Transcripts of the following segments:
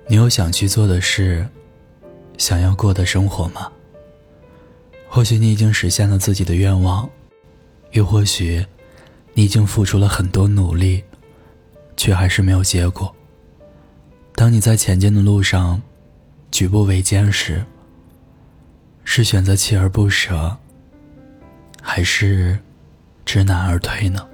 你有想去做的事，想要过的生活吗？或许你已经实现了自己的愿望，又或许你已经付出了很多努力，却还是没有结果。当你在前进的路上举步维艰时，是选择锲而不舍，还是知难而退呢？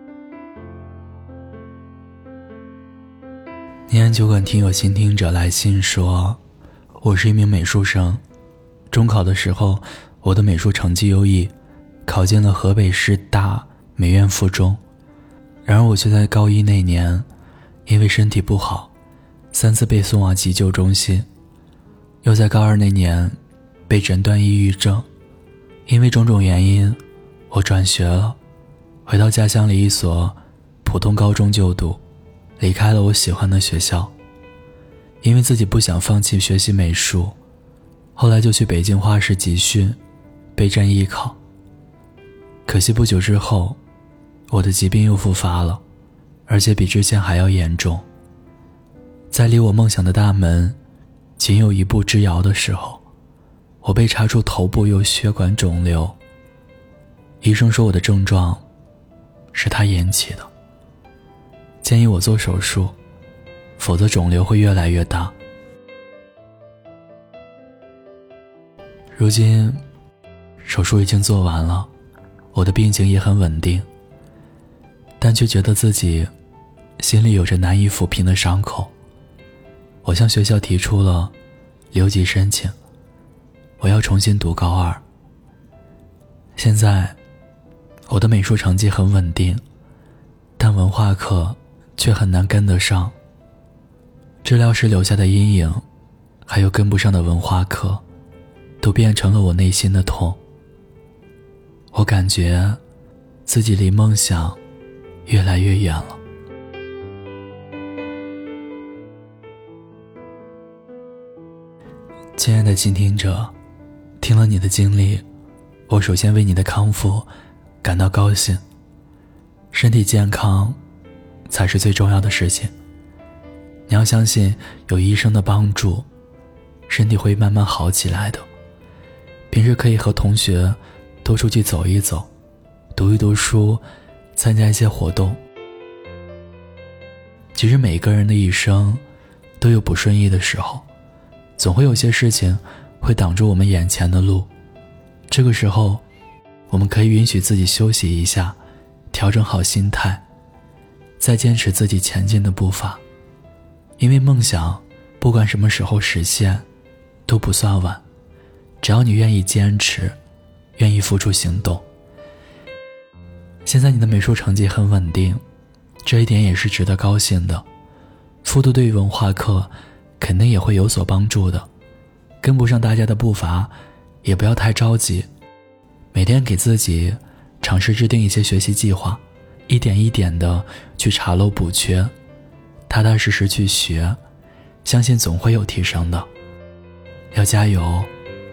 念安酒馆听友新听者来信说，我是一名美术生，中考的时候我的美术成绩优异，考进了河北师大美院附中。然而我却在高一那年因为身体不好3次被送往急救中心，又在高二那年被诊断抑郁症。因为种种原因，我转学了，回到家乡里一所普通高中就读，离开了我喜欢的学校。因为自己不想放弃学习美术，后来就去北京画室集训，备战艺考。可惜不久之后，我的疾病又复发了，而且比之前还要严重。在离我梦想的大门仅有一步之遥的时候，我被查出头部有血管肿瘤。医生说我的症状是它引起的，建议我做手术，否则肿瘤会越来越大。如今手术已经做完了，我的病情也很稳定，但却觉得自己心里有着难以抚平的伤口。我向学校提出了留级申请，我要重新读高2。现在我的美术成绩很稳定，但文化课却很难跟得上。治疗时留下的阴影，还有跟不上的文化课，都变成了我内心的痛。我感觉自己离梦想越来越远了。亲爱的倾听者，听了你的经历，我首先为你的康复感到高兴。身体健康才是最重要的事情。你要相信有医生的帮助，身体会慢慢好起来的。平时可以和同学多出去走一走，读一读书，参加一些活动。其实每个人的一生都有不顺意的时候，总会有些事情会挡住我们眼前的路。这个时候我们可以允许自己休息一下，调整好心态，再坚持自己前进的步伐。因为梦想不管什么时候实现都不算晚，只要你愿意坚持，愿意付出行动。现在你的美术成绩很稳定，这一点也是值得高兴的。复读对于文化课肯定也会有所帮助的，跟不上大家的步伐也不要太着急，每天给自己尝试制定一些学习计划，一点一点的去查漏补缺，踏踏实实去学，相信总会有提升的。要加油。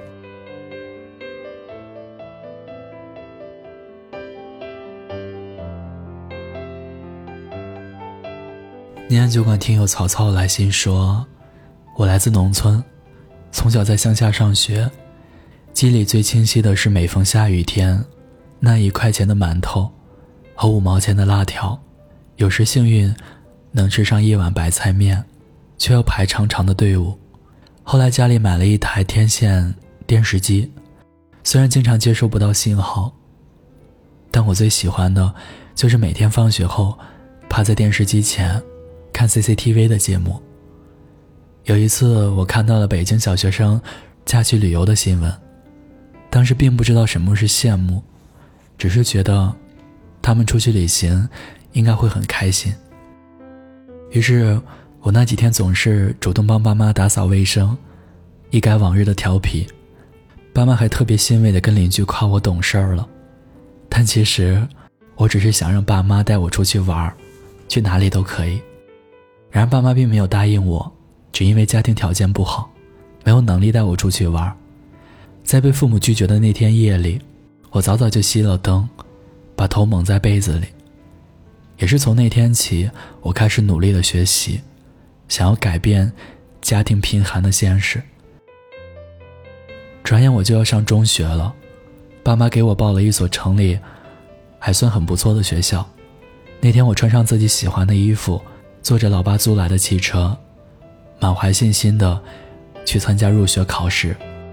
念安酒馆听友曹操来信说，我来自农村，从小在乡下上学，记忆里最清晰的是每逢下雨天，那1块钱的馒头和5毛钱的辣条，有时幸运能吃上1碗白菜面，却要排长长的队伍。后来家里买了一台天线电视机，虽然经常接收不到信号，但我最喜欢的就是每天放学后趴在电视机前看 CCTV 的节目。有一次我看到了北京小学生假期旅游的新闻，当时并不知道什么是羡慕，只是觉得他们出去旅行应该会很开心。于是我那几天总是主动帮爸妈打扫卫生，一改往日的调皮。爸妈还特别欣慰地跟邻居夸我懂事儿了，但其实我只是想让爸妈带我出去玩，去哪里都可以。然而爸妈并没有答应我，只因为家庭条件不好，没有能力带我出去玩。在被父母拒绝的那天夜里，我早早就熄了灯，把头蒙在被子里。也是从那天起，我开始努力的学习，想要改变家庭贫寒的现实。转眼我就要上中学了，爸妈给我报了一所城里还算很不错的学校。那天我穿上自己喜欢的衣服，坐着老爸租来的汽车，满怀信心的去参加入学考试。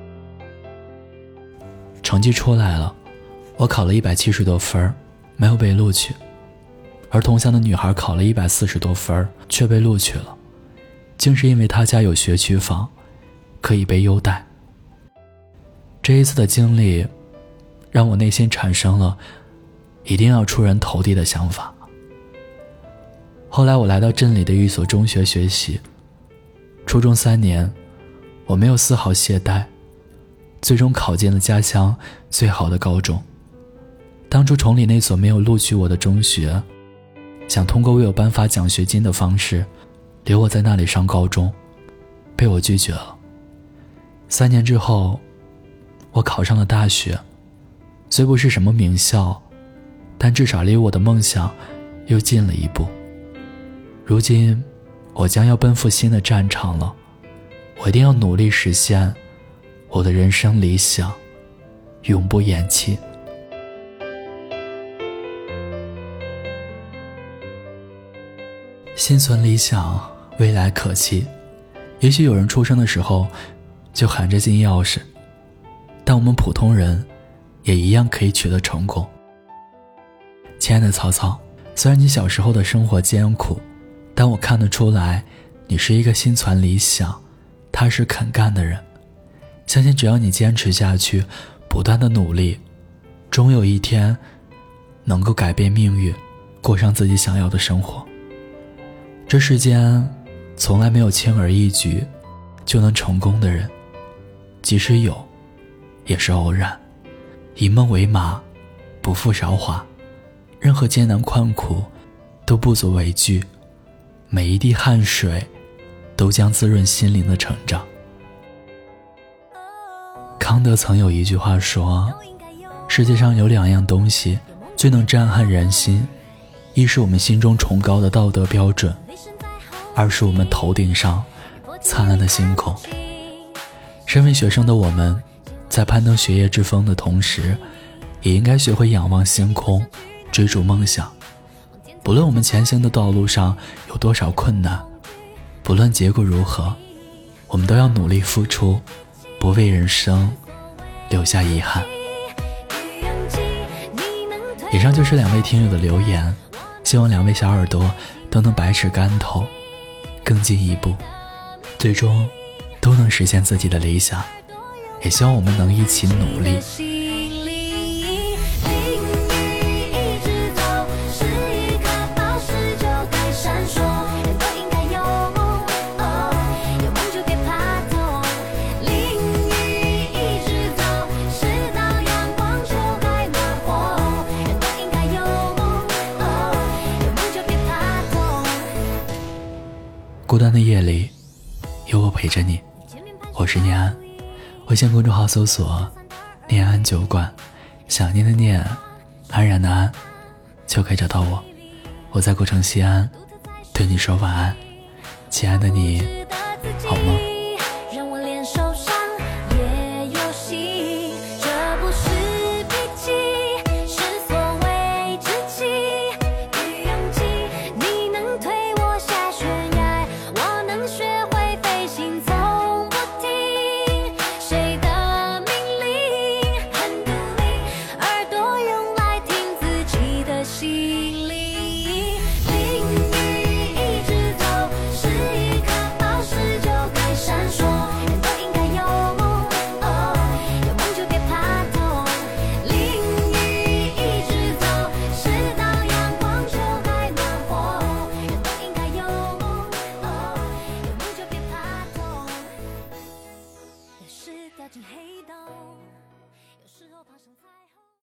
成绩出来了，我考了170多分，没有被录取，而同乡的女孩考了140多分，却被录取了，竟是因为她家有学区房，可以被优待。这一次的经历让我内心产生了一定要出人头地的想法。后来我来到镇里的一所中学学习，初中3年我没有丝毫懈怠，最终考进了家乡最好的高中。当初崇礼那所没有录取我的中学，想通过为我颁发奖学金的方式留我在那里上高中，被我拒绝了。3年之后我考上了大学，虽不是什么名校，但至少离我的梦想又近了一步。如今我将要奔赴新的战场了，我一定要努力实现我的人生理想，永不言弃。心存理想，未来可期。也许有人出生的时候就含着金钥匙，但我们普通人也一样可以取得成功。亲爱的曹操，虽然你小时候的生活艰苦，但我看得出来你是一个心存理想、踏实肯干的人。相信只要你坚持下去，不断的努力，终有一天能够改变命运，过上自己想要的生活。这世间从来没有轻而易举就能成功的人，即使有也是偶然。以梦为马，不负韶华，任何艰难困苦都不足为惧，每一滴汗水都将滋润心灵的成长。康德曾有一句话说，世界上有2样东西最能震撼人心，一是我们心中崇高的道德标准，二是我们头顶上灿烂的星空。身为学生的我们，在攀登学业之峰的同时，也应该学会仰望星空，追逐梦想。不论我们前行的道路上有多少困难，不论结果如何，我们都要努力付出，不为人生留下遗憾。以上就是2位听友的留言，希望2位小耳朵都能百尺竿头，更进一步，最终都能实现自己的理想。也希望我们能一起努力。孤单的夜里有我陪着你，我是念安。微信公众号搜索念安酒馆，想念的念，安然的安，就可以找到我。我在古城西安对你说晚安，亲爱的你好吗？